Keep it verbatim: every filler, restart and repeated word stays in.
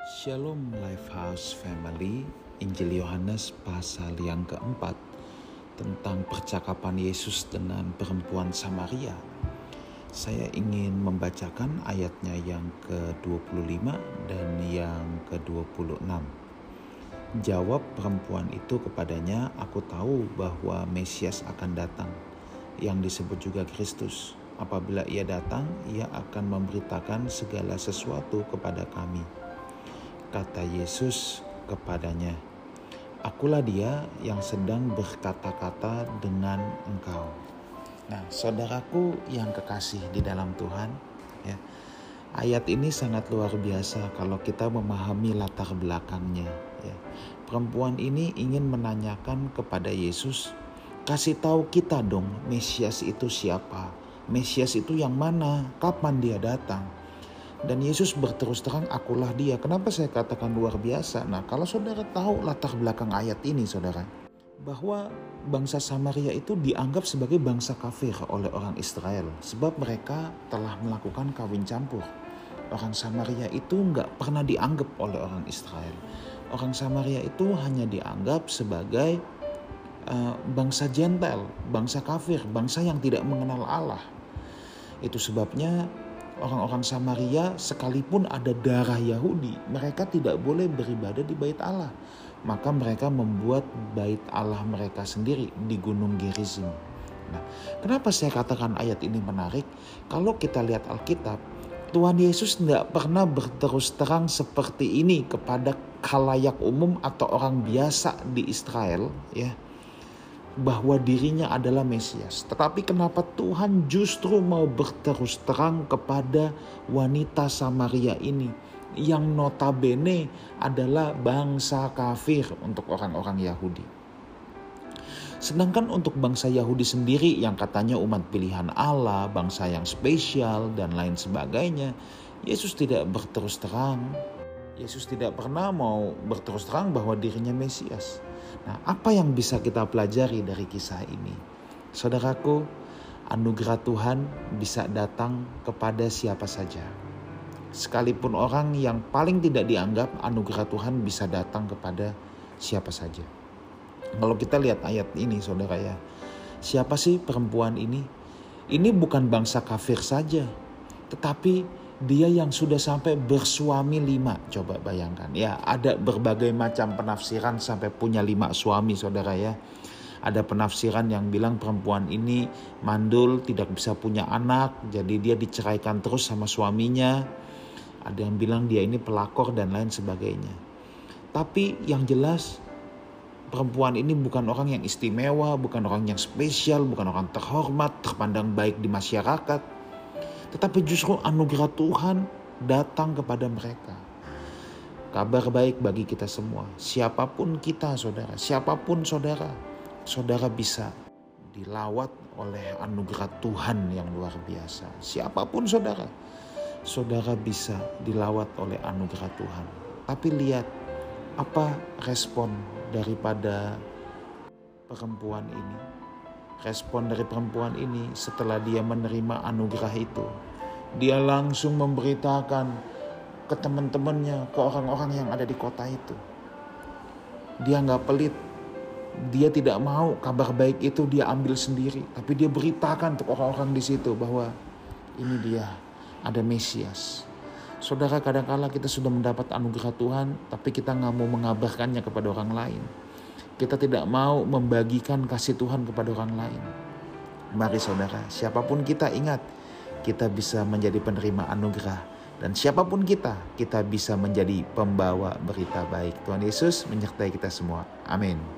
Shalom Lifehouse Family, Injil Yohanes pasal yang keempat tentang percakapan Yesus dengan perempuan Samaria. Saya ingin membacakan ayatnya yang ke dua puluh lima dan yang ke dua puluh enam. Jawab perempuan itu kepadanya, "Aku tahu bahwa Mesias akan datang, yang disebut juga Kristus. Apabila ia datang, ia akan memberitakan segala sesuatu kepada kami." Kata Yesus kepadanya, "Akulah dia yang sedang berkata-kata dengan engkau." Nah, saudaraku yang kekasih di dalam Tuhan, ya, ayat ini sangat luar biasa kalau kita memahami latar belakangnya. Ya. Perempuan ini ingin menanyakan kepada Yesus, "Kasih tahu kita dong, Mesias itu siapa? Mesias itu yang mana? Kapan dia datang?" Dan Yesus berterus terang, "Akulah dia." Kenapa saya katakan luar biasa? Nah, kalau saudara tahu latar belakang ayat ini, saudara, bahwa bangsa Samaria itu dianggap sebagai bangsa kafir oleh orang Israel, sebab mereka telah melakukan kawin campur. Orang Samaria itu nggak pernah dianggap oleh orang Israel. Orang Samaria itu hanya dianggap sebagai uh, bangsa Gentile, bangsa kafir, bangsa yang tidak mengenal Allah. Itu sebabnya orang-orang Samaria sekalipun ada darah Yahudi, mereka tidak boleh beribadah di bait Allah. Maka mereka membuat bait Allah mereka sendiri di Gunung Gerizim. Nah, kenapa saya katakan ayat ini menarik? Kalau kita lihat Alkitab, Tuhan Yesus tidak pernah berterus terang seperti ini kepada khalayak umum atau orang biasa di Israel, ya, bahwa dirinya adalah Mesias. Tetapi kenapa Tuhan justru mau berterus terang kepada wanita Samaria ini yang notabene adalah bangsa kafir untuk orang-orang Yahudi. Sedangkan untuk bangsa Yahudi sendiri yang katanya umat pilihan Allah, bangsa yang spesial dan lain sebagainya, Yesus tidak berterus terang. Yesus tidak pernah mau berterus terang bahwa dirinya Mesias. Nah, apa yang bisa kita pelajari dari kisah ini? Saudaraku, anugerah Tuhan bisa datang kepada siapa saja. Sekalipun orang yang paling tidak dianggap, anugerah Tuhan bisa datang kepada siapa saja. Kalau kita lihat ayat ini, saudara, ya, siapa sih perempuan ini? Ini bukan bangsa kafir saja, tetapi dia yang sudah sampai bersuami lima. Coba bayangkan, ya, ada berbagai macam penafsiran sampai punya lima suami, saudara, ya. Ada penafsiran yang bilang perempuan ini mandul, tidak bisa punya anak, jadi dia diceraikan terus sama suaminya. Ada yang bilang dia ini pelakor dan lain sebagainya. Tapi yang jelas, perempuan ini bukan orang yang istimewa, bukan orang yang spesial, bukan orang terhormat, terpandang baik di masyarakat. Tetapi justru anugerah Tuhan datang kepada mereka. Kabar baik bagi kita semua. Siapapun kita, saudara, siapapun saudara, saudara bisa dilawat oleh anugerah Tuhan yang luar biasa. Siapapun saudara, saudara bisa dilawat oleh anugerah Tuhan. Tapi lihat apa respon daripada perempuan ini. Respon dari perempuan ini setelah dia menerima anugerah itu, dia langsung memberitakan ke teman-temannya, ke orang-orang yang ada di kota itu. Dia gak pelit, dia tidak mau kabar baik itu dia ambil sendiri, tapi dia beritakan untuk orang-orang di situ bahwa ini dia, ada Mesias. Saudara, kadang-kala kita sudah mendapat anugerah Tuhan, tapi kita gak mau mengabarkannya kepada orang lain. Kita tidak mau membagikan kasih Tuhan kepada orang lain. Mari saudara, siapapun kita, ingat, kita bisa menjadi penerima anugerah. Dan siapapun kita, kita bisa menjadi pembawa berita baik. Tuhan Yesus menyertai kita semua. Amin.